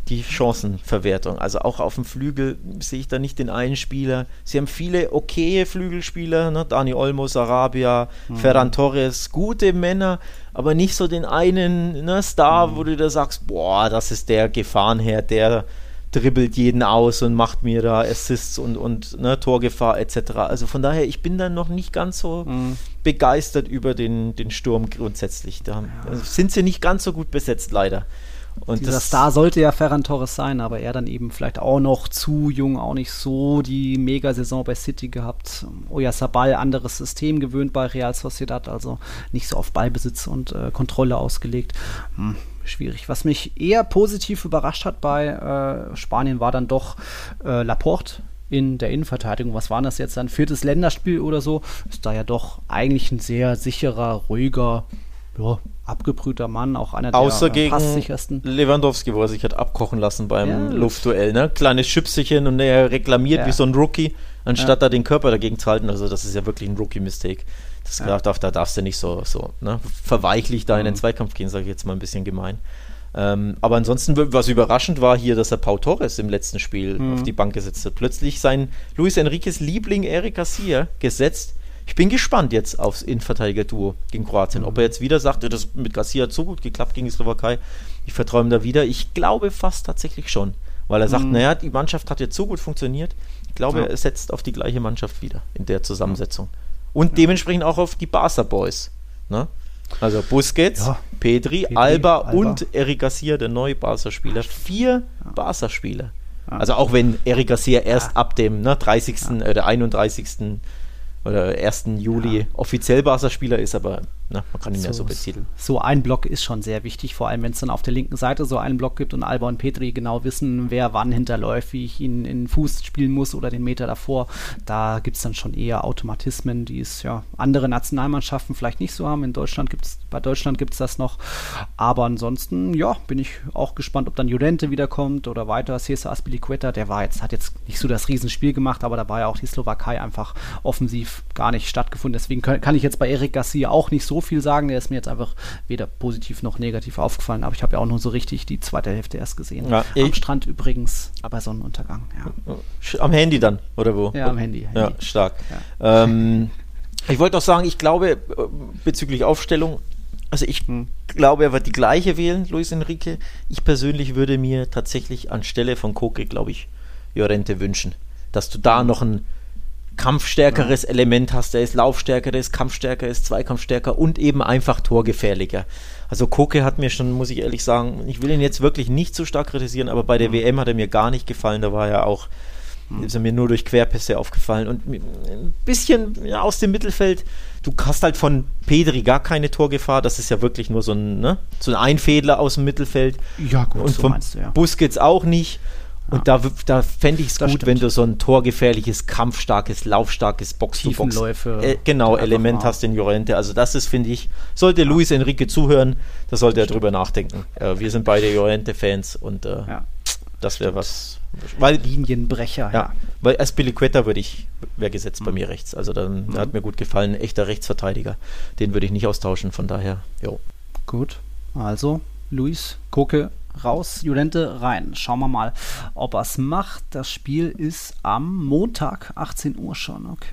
die Chancenverwertung. Also auch auf dem Flügel sehe ich da nicht den einen Spieler. Sie haben viele okaye Flügelspieler, ne? Dani Olmo, Sarabia, mhm. Ferran Torres, gute Männer, aber nicht so den einen ne, Star, mhm. wo du da sagst, boah, das ist der Gefahrenherd, der dribbelt jeden aus und macht mir da Assists und, und ne, Torgefahr et cetera. Also von daher, ich bin dann noch nicht ganz so mhm. begeistert über den, den Sturm grundsätzlich. Da ja. sind sie nicht ganz so gut besetzt, leider. Und dieser das Star sollte ja Ferran Torres sein, aber er dann eben vielleicht auch noch zu jung, auch nicht so die Mega-Saison bei City gehabt. Oyarzabal, anderes System gewöhnt bei Real Sociedad, also nicht so auf Ballbesitz und äh, Kontrolle ausgelegt. Hm, schwierig. Was mich eher positiv überrascht hat bei äh, Spanien war dann doch äh, Laporte in der Innenverteidigung. Was war das jetzt? Ein viertes Länderspiel oder so? Ist da ja doch eigentlich ein sehr sicherer, ruhiger, ja, abgebrühter Mann, auch einer der Außer gegen passsichersten. Lewandowski, wo er sich hat abkochen lassen beim ja, Luftduell. Ne? Kleines Schüpselchen und er reklamiert ja. wie so ein Rookie, anstatt ja. da den Körper dagegen zu halten. Also das ist ja wirklich ein Rookie-Mistake. Das ja. darf, da darfst du nicht so, so ne? verweichlich da mhm. in den Zweikampf gehen, sage ich jetzt mal ein bisschen gemein. Ähm, aber ansonsten, was überraschend war hier, dass er Pau Torres im letzten Spiel mhm. auf die Bank gesetzt hat. Plötzlich sein Luis Enriques Liebling Eric Garcia gesetzt. Ich bin gespannt jetzt aufs Innenverteidiger-Duo gegen Kroatien. Mhm. Ob er jetzt wieder sagt, das mit Garcia hat so gut geklappt gegen die Slowakei, ich vertraue ihm da wieder. Ich glaube fast tatsächlich schon, weil er sagt, mhm. naja, die Mannschaft hat jetzt so gut funktioniert. Ich glaube, ja. er setzt auf die gleiche Mannschaft wieder in der Zusammensetzung. Und ja. dementsprechend auch auf die Barca Boys. Ne? Also Busquets, ja. Pedri, Pedri Alba, Alba und Eric Garcia, der neue Barca-Spieler. Vier ja. Barca-Spieler. Ja. Also auch wenn Eric Garcia erst ja. ab dem ne, dreißigsten Ja. oder einunddreißigsten oder ersten Juli ja. offiziell Barca-Spieler ist, aber na, man kann ihn so, ja so betiteln. So ein Block ist schon sehr wichtig, vor allem wenn es dann auf der linken Seite so einen Block gibt und Alba und Pedri genau wissen, wer wann hinterläuft, wie ich ihn in den Fuß spielen muss oder den Meter davor. Da gibt es dann schon eher Automatismen, die es ja andere Nationalmannschaften vielleicht nicht so haben. In Deutschland gibt's, bei Deutschland gibt es das noch. Aber ansonsten, ja, bin ich auch gespannt, ob dann Llorente wiederkommt oder weiter. Cesar Azpilicueta, der war jetzt, hat jetzt nicht so das Riesenspiel gemacht, aber da war ja auch die Slowakei einfach offensiv gar nicht stattgefunden. Deswegen kann, kann ich jetzt bei Eric Garcia auch nicht so viel sagen. Der ist mir jetzt einfach weder positiv noch negativ aufgefallen, aber ich habe ja auch nur so richtig die zweite Hälfte erst gesehen. Ja, am Strand übrigens, aber Sonnenuntergang. Ja. Am Handy dann, oder wo? Ja, am Handy. Handy. Ja, stark. Ja. Ähm, ich wollte auch sagen, ich glaube, bezüglich Aufstellung, also ich hm. glaube, er wird die gleiche wählen, Luis Enrique. Ich persönlich würde mir tatsächlich anstelle von Koke, glaube ich, Llorente wünschen, dass du da noch ein kampfstärkeres ja. Element hast, der ist laufstärker, der ist kampfstärker, ist zweikampfstärker und eben einfach torgefährlicher. Also Koke hat mir schon, muss ich ehrlich sagen, ich will ihn jetzt wirklich nicht so stark kritisieren, aber bei der mhm. W M hat er mir gar nicht gefallen, da war er auch, mhm. ist er mir nur durch Querpässe aufgefallen und ein bisschen ja, aus dem Mittelfeld, du hast halt von Pedri gar keine Torgefahr, das ist ja wirklich nur so ein, ne, so ein Einfädler aus dem Mittelfeld. Ja gut, und so vom meinst du, ja. Busquets auch nicht. Und ja. da, da fände ich es gut, stimmt. wenn du so ein torgefährliches, kampfstarkes, laufstarkes Box-to-Box äh, genau, Element hast in Llorente. Also das ist, finde ich, sollte ja. Luis Enrique zuhören, da sollte er drüber nachdenken. Äh, wir sind beide Llorente-Fans und äh, ja. das wäre was. Weil, Linienbrecher. Ja, ja. Weil Azpilicueta würde ich, wäre gesetzt mhm. bei mir rechts. Also dann, mhm. der hat mir gut gefallen, ein echter Rechtsverteidiger. Den würde ich nicht austauschen, von daher, jo. Gut, also Luis, Koke raus, Llorente rein. Schauen wir mal, ob er es macht. Das Spiel ist am Montag, achtzehn Uhr schon. Okay.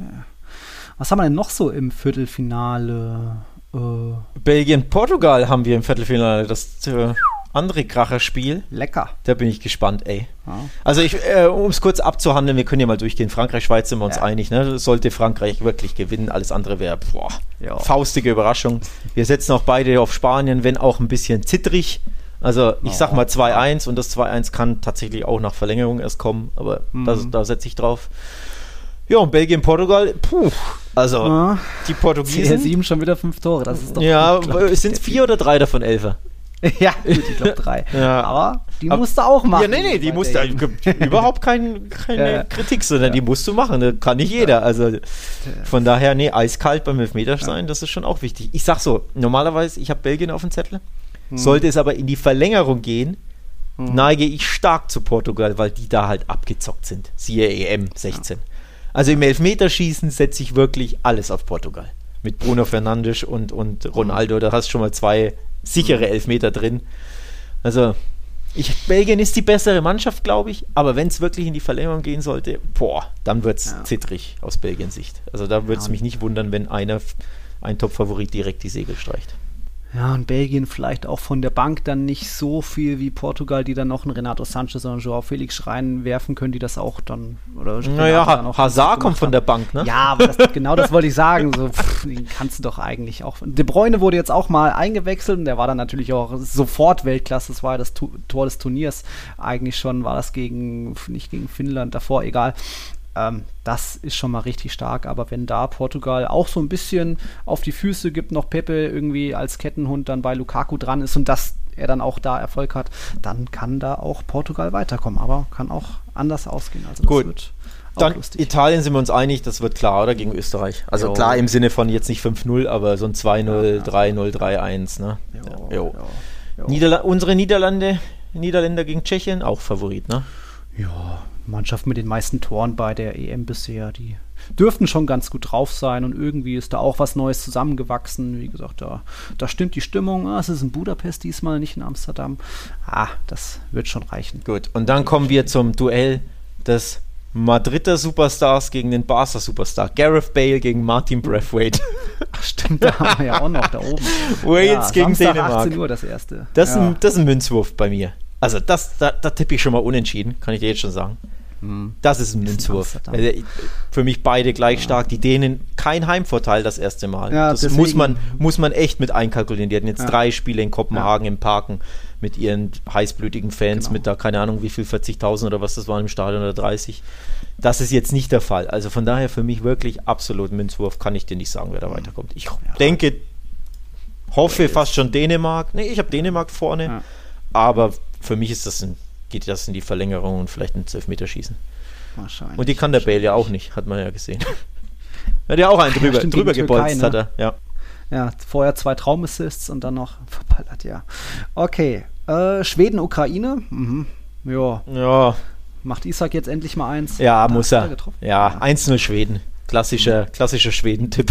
Was haben wir denn noch so im Viertelfinale? Äh Belgien-Portugal haben wir im Viertelfinale. Das äh, andere Kracherspiel. Lecker. Da bin ich gespannt, ey. Ja. Also ich, äh, um es kurz abzuhandeln, wir können ja mal durchgehen. Frankreich-Schweiz sind wir uns ja. einig. Ne? Sollte Frankreich wirklich gewinnen, alles andere wäre ja. faustige Überraschung. Wir setzen auch beide auf Spanien, wenn auch ein bisschen zittrig. Also ich oh, sag mal zwei eins und das zwei eins kann tatsächlich auch nach Verlängerung erst kommen, aber mhm. das, da setze ich drauf. Ja, und Belgien, Portugal, puh, also ja. die Portugiesen. C R sieben schon wieder fünf Tore, das ist doch ja, sind es vier oder drei davon Elfer? Ja, gut, ich glaube drei. Ja. Aber die aber, musst du auch machen. Ja, nee, nee, die musst du, überhaupt kein, keine ja. Kritik, sondern ja. die musst du machen, das kann nicht jeder. Also von daher, nee, eiskalt beim Elfmeter sein, das ist schon auch wichtig. Ich sag so, normalerweise, ich habe Belgien auf dem Zettel. Sollte es aber in die Verlängerung gehen, mhm. neige ich stark zu Portugal, weil die da halt abgezockt sind. Siehe E M sechzehn. Ja. Also im Elfmeterschießen setze ich wirklich alles auf Portugal. Mit Bruno Fernandes und, und Ronaldo, da hast du schon mal zwei sichere Elfmeter drin. Also Ich, Belgien ist die bessere Mannschaft, glaube ich, aber wenn es wirklich in die Verlängerung gehen sollte, boah, dann wird es ja. zittrig aus Belgiens Sicht. Also da würde es ja. mich nicht wundern, wenn einer, ein Top-Favorit direkt die Segel streicht. Ja, und Belgien vielleicht auch von der Bank dann nicht so viel wie Portugal, die dann noch einen Renato Sanchez oder Joao Felix reinwerfen können, die das auch dann, oder naja, ha- Hazard kommt von der Bank, ne? Ja, aber das, genau das wollte ich sagen, so, pff, den kannst du doch eigentlich auch, De Bruyne wurde jetzt auch mal eingewechselt und der war dann natürlich auch sofort Weltklasse, das war ja das tu- Tor des Turniers, eigentlich schon war das gegen, nicht gegen Finnland, davor, egal. Ähm, das ist schon mal richtig stark, aber wenn da Portugal auch so ein bisschen auf die Füße gibt, noch Pepe irgendwie als Kettenhund dann bei Lukaku dran ist und dass er dann auch da Erfolg hat, dann kann da auch Portugal weiterkommen, aber kann auch anders ausgehen. Also das Gut. wird auch dann lustig. Italien sind wir uns einig, das wird klar, oder? Gegen Österreich. Also Jo. klar im Sinne von jetzt nicht fünf null, aber so ein zwei null, Ja, ja. drei null, drei eins, ne? Jo, Ja. Jo. jo, jo. Niederla- unsere Niederlande, Niederländer gegen Tschechien, auch Favorit, ne? Ja, Mannschaft mit den meisten Toren bei der E M bisher, die dürften schon ganz gut drauf sein und irgendwie ist da auch was Neues zusammengewachsen. Wie gesagt, da, da stimmt die Stimmung. Ah, es ist in Budapest diesmal, nicht in Amsterdam. Ah, das wird schon reichen. Gut, und dann kommen wir zum Duell des Madrider Superstars gegen den Barca Superstar. Gareth Bale gegen Martin Braithwaite. Ach stimmt, da haben wir ja auch noch da oben. Wales ja, gegen Samstag Dänemark. achtzehn Uhr das erste. Das ist, ja. ein, das ist ein Münzwurf bei mir. Also das, da, da tippe ich schon mal unentschieden, kann ich dir jetzt schon sagen. Hm. Das ist ein Münzwurf. Also, für mich beide gleich ja. stark. Die Dänen, kein Heimvorteil das erste Mal. Ja, das deswegen, muss man, muss man echt mit einkalkulieren. Die hatten jetzt ja. drei Spiele in Kopenhagen ja. im Parken mit ihren heißblütigen Fans, genau. mit da keine Ahnung wie viel, vierzigtausend oder was das war im Stadion oder dreißig. Das ist jetzt nicht der Fall. Also von daher für mich wirklich absolut Münzwurf, kann ich dir nicht sagen, wer da weiterkommt. Ich ja. denke, hoffe fast schon Dänemark. Nee, ich habe Dänemark vorne, ja. aber für mich ist das ein, geht das in die Verlängerung und vielleicht ins Elfmeterschießen. Wahrscheinlich. Und die kann der Bale ja auch nicht, hat man ja gesehen. Hat ja auch einen drüber, ja, drüber gebolzt, ne? hat er. Ja. ja, vorher zwei Traumassists und dann noch verballert, ja. Okay, äh, Schweden, Ukraine. Mhm. Ja. Ja. Macht Isak jetzt endlich mal eins? Ja, da muss er. er ja, ja, eins null Schweden. Klassischer, klassischer Schweden-Tipp.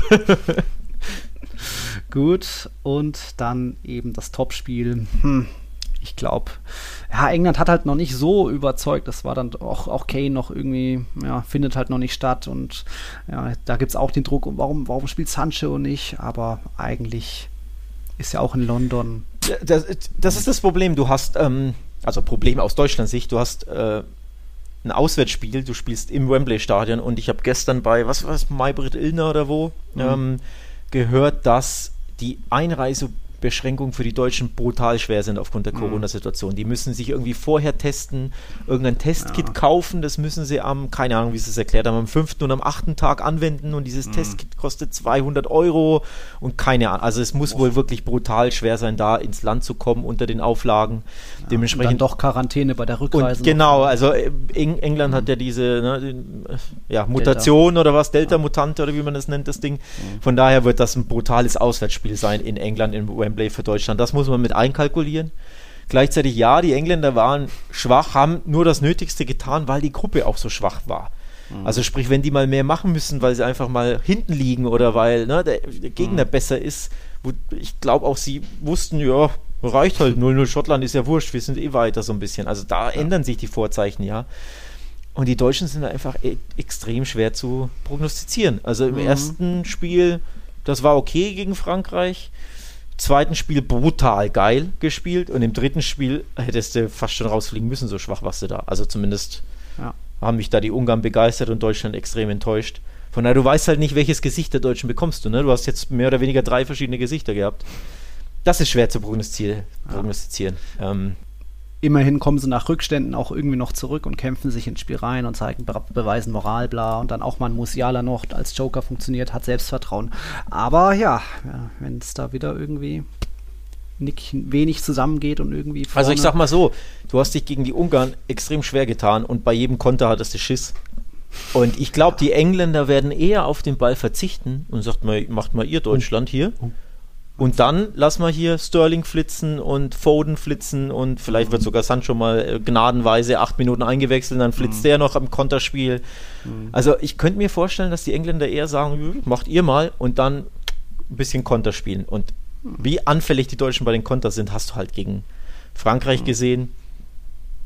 Gut, und dann eben das Topspiel. Hm. Ich glaube, ja, England hat halt noch nicht so überzeugt. Das war dann auch, auch Kane noch irgendwie, ja, findet halt noch nicht statt. Und ja, da gibt es auch den Druck, warum, warum spielt Sancho nicht? Aber eigentlich ist ja auch in London. Das, das ist das Problem. Du hast, ähm, also Problem aus Deutschlands Sicht, du hast äh, ein Auswärtsspiel, du spielst im Wembley-Stadion und ich habe gestern bei, was war es, Maybrit Illner oder wo, mhm. ähm, gehört, dass die Einreise Beschränkungen für die Deutschen brutal schwer sind aufgrund der Corona-Situation. Die müssen sich irgendwie vorher testen, irgendein Testkit ja. kaufen, das müssen sie am, keine Ahnung, wie sie es erklärt haben, am fünften und am achten Tag anwenden und dieses mhm. Testkit kostet zweihundert Euro und keine Ahnung. Also es muss oh. wohl wirklich brutal schwer sein, da ins Land zu kommen unter den Auflagen. Ja, Dementsprechend und dann doch Quarantäne bei der Rückreise. Und genau, also Eng- England mhm. hat ja diese ne, den, ja, Mutation Delta. oder was, Delta-Mutante oder wie man das nennt, das Ding. Mhm. Von daher wird das ein brutales Auswärtsspiel sein in England, in Wembley für Deutschland. Das muss man mit einkalkulieren. Gleichzeitig, ja, die Engländer waren schwach, haben nur das Nötigste getan, weil die Gruppe auch so schwach war. Mhm. Also sprich, wenn die mal mehr machen müssen, weil sie einfach mal hinten liegen oder weil ne, der, der Gegner mhm. besser ist, wo, ich glaube auch, sie wussten, ja, reicht halt null null, Schottland ist ja wurscht, wir sind eh weiter so ein bisschen. Also da ja. ändern sich die Vorzeichen, ja. Und die Deutschen sind einfach e- extrem schwer zu prognostizieren. Also im mhm. ersten Spiel, das war okay gegen Frankreich. Zweiten Spiel brutal geil gespielt und im dritten Spiel hättest du fast schon rausfliegen müssen, so schwach warst du da. Also zumindest ja. haben mich da die Ungarn begeistert und Deutschland extrem enttäuscht. Von daher, du weißt halt nicht, welches Gesicht der Deutschen bekommst du. Ne? Du hast jetzt mehr oder weniger drei verschiedene Gesichter gehabt. Das ist schwer zu prognostizieren. Ja. prognostizieren. Ähm, Immerhin kommen sie nach Rückständen auch irgendwie noch zurück und kämpfen sich ins Spiel rein und zeigen, be- beweisen Moral, bla. Und dann auch mal ein Musiala noch als Joker funktioniert, hat Selbstvertrauen. Aber ja, ja wenn es da wieder irgendwie nicht wenig zusammengeht und irgendwie vorne. Also ich sag mal so, du hast dich gegen die Ungarn extrem schwer getan und bei jedem Konter hattest du Schiss. Und ich glaube, die Engländer werden eher auf den Ball verzichten und sagt mal, macht mal ihr Deutschland hier. Und dann lass mal hier Sterling flitzen und Foden flitzen und vielleicht wird sogar Sancho mal gnadenweise acht Minuten eingewechselt, dann flitzt mhm. der noch am Konterspiel. Mhm. Also ich könnte mir vorstellen, dass die Engländer eher sagen, macht ihr mal und dann ein bisschen Konter spielen. Und wie anfällig die Deutschen bei den Konter sind, hast du halt gegen Frankreich mhm. gesehen.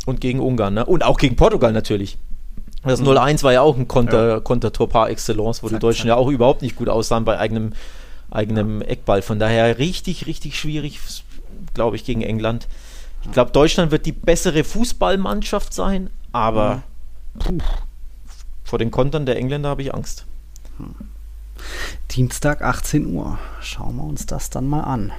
Und gegen Ungarn, ne? Und auch gegen Portugal natürlich. Das null eins war ja auch ein Konter, ja. Kontertor par excellence, wo zack, die Deutschen zack. ja auch überhaupt nicht gut aussahen bei eigenem, eigenem ja. Eckball. Von daher richtig, richtig schwierig, glaube ich, gegen England. Ich glaube, Deutschland wird die bessere Fußballmannschaft sein, aber mhm. puh, vor den Kontern der Engländer habe ich Angst. Dienstag, achtzehn Uhr. Schauen wir uns das dann mal an.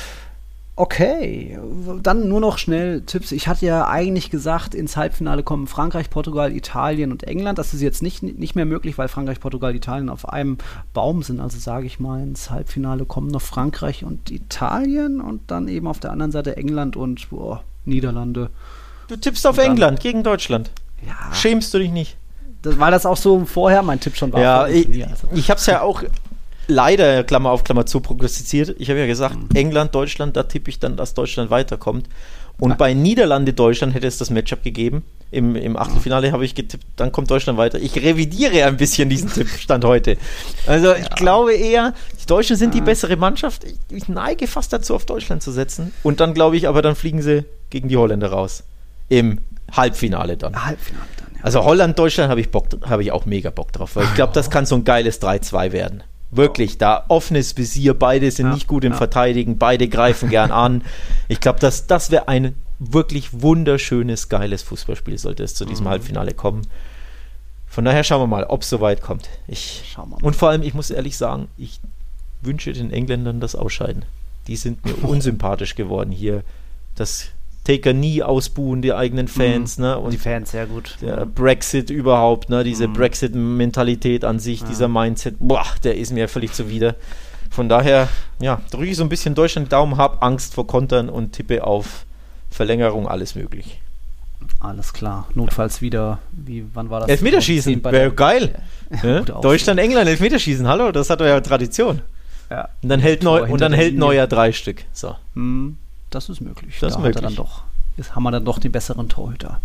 Okay, dann nur noch schnell Tipps. Ich hatte ja eigentlich gesagt, ins Halbfinale kommen Frankreich, Portugal, Italien und England. Das ist jetzt nicht, nicht mehr möglich, weil Frankreich, Portugal, Italien auf einem Baum sind. Also sage ich mal, ins Halbfinale kommen noch Frankreich und Italien und dann eben auf der anderen Seite England und boah, Niederlande. Du tippst auf dann, England gegen Deutschland. Ja. Schämst du dich nicht? Das, weil das auch so vorher mein Tipp schon war. Ja, ich, ich habe es ja auch leider, Klammer auf, Klammer zu, prognostiziert. Ich habe ja gesagt, mhm. England, Deutschland, da tippe ich dann, dass Deutschland weiterkommt. Und ja. bei Niederlande, Deutschland hätte es das Matchup gegeben. Im, im Achtelfinale habe ich getippt, dann kommt Deutschland weiter. Ich revidiere ein bisschen diesen Tippstand heute. Also ich ja. glaube eher, die Deutschen sind ja. die bessere Mannschaft. Ich, ich neige fast dazu, auf Deutschland zu setzen. Und dann glaube ich, aber dann fliegen sie gegen die Holländer raus. Im Halbfinale dann. Halbfinale dann, ja. Also Holland, Deutschland habe ich Bock, habe ich auch mega Bock drauf. Weil ich glaube, das kann so ein geiles drei zwei werden. Wirklich, da offenes Visier, beide sind ja, nicht gut im ja. Verteidigen, beide greifen gern an. Ich glaube, das, das wäre ein wirklich wunderschönes, geiles Fußballspiel, sollte es zu diesem mhm. Halbfinale kommen. Von daher schauen wir mal, ob es soweit kommt. Ich, schauen wir mal. Und vor allem, ich muss ehrlich sagen, ich wünsche den Engländern das Ausscheiden. Die sind mir unsympathisch geworden hier. Das Taker nie ausbuhen, die eigenen Fans. Mhm. Ne? Und die Fans, sehr gut. Der Brexit überhaupt, ne? Diese mhm. Brexit-Mentalität an sich, ja. dieser Mindset, boah, der ist mir völlig zuwider. Von daher, ja, drücke ich so ein bisschen Deutschland die Daumen, habe Angst vor Kontern und tippe auf Verlängerung, alles möglich. Alles klar. Notfalls wieder, wie, wann war das? Elfmeterschießen, wäre geil. Ja? Deutschland, England, Elfmeterschießen, hallo, das hat doch ja Tradition. Ja. Und dann hält, Neu- und dann hält Neuer drei Stück. So. Mhm. Das ist möglich. Das da ist möglich. Hat er dann doch, jetzt haben wir dann doch den besseren Torhüter.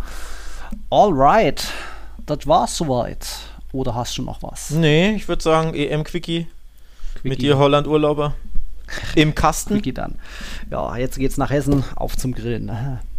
Alright, das war's soweit. Oder hast du noch was? Nee, ich würde sagen, E M-Quickie mit dir Holland-Urlauber im Kasten. Quickie dann. Ja, jetzt geht's nach Hessen, auf zum Grillen.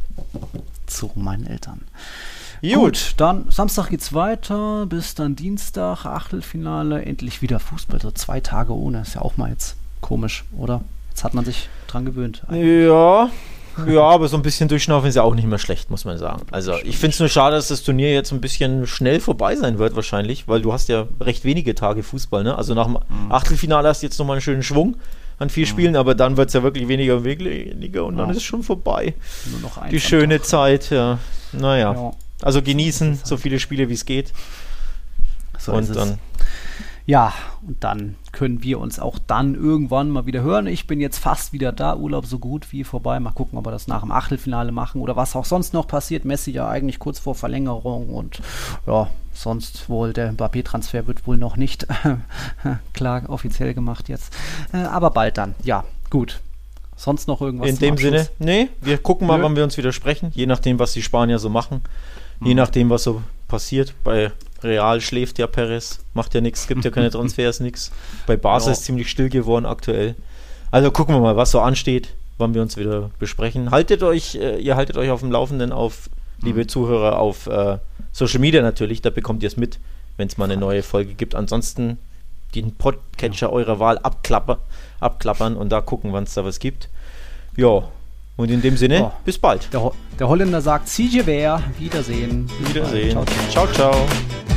Zu meinen Eltern. Gut. Gut, dann Samstag geht's weiter, bis dann Dienstag, Achtelfinale, endlich wieder Fußball. So zwei Tage ohne, ist ja auch mal jetzt komisch, oder? Jetzt hat man sich dran gewöhnt. Ja, ja, aber so ein bisschen durchschnaufen ist ja auch nicht mehr schlecht, muss man sagen. Also ich finde es nur schade, dass das Turnier jetzt ein bisschen schnell vorbei sein wird wahrscheinlich, weil du hast ja recht wenige Tage Fußball, ne? Also nach dem mhm. Achtelfinale hast du jetzt nochmal einen schönen Schwung an vier mhm. Spielen, aber dann wird es ja wirklich weniger und weniger und ja. dann ist es schon vorbei. Nur noch eins Die schöne Tag. Zeit, ja. Naja, ja. also genießen so viele Spiele, wie es geht. So und dann... Ja, und dann können wir uns auch dann irgendwann mal wieder hören. Ich bin jetzt fast wieder da, Urlaub so gut wie vorbei. Mal gucken, ob wir das nach dem Achtelfinale machen oder was auch sonst noch passiert. Messi ja eigentlich kurz vor Verlängerung und ja, sonst wohl der Mbappé-Transfer wird wohl noch nicht klar offiziell gemacht jetzt. Äh, aber bald dann. Ja, gut. Sonst noch irgendwas? In dem Sinne, nee, wir gucken mal, Nö. wann wir uns wieder sprechen. Je nachdem, was die Spanier so machen. Mhm. Je nachdem, was so passiert. Bei Real schläft ja Perez, macht ja nichts, gibt ja keine Transfers, nichts. Bei Barca ja. ist ziemlich still geworden aktuell. Also gucken wir mal, was so ansteht, wann wir uns wieder besprechen. Haltet euch, äh, ihr haltet euch auf dem Laufenden auf, liebe mhm. Zuhörer, auf äh, Social Media natürlich, da bekommt ihr es mit, wenn es mal eine neue Folge gibt. Ansonsten den Podcatcher ja. eurer Wahl abklapper, abklappern und da gucken, wann es da was gibt. Ja, und in dem Sinne, oh. bis bald. Der, Ho- der Holländer sagt, Siege wer, Wiedersehen. Wiedersehen. Ciao, ciao. ciao, ciao.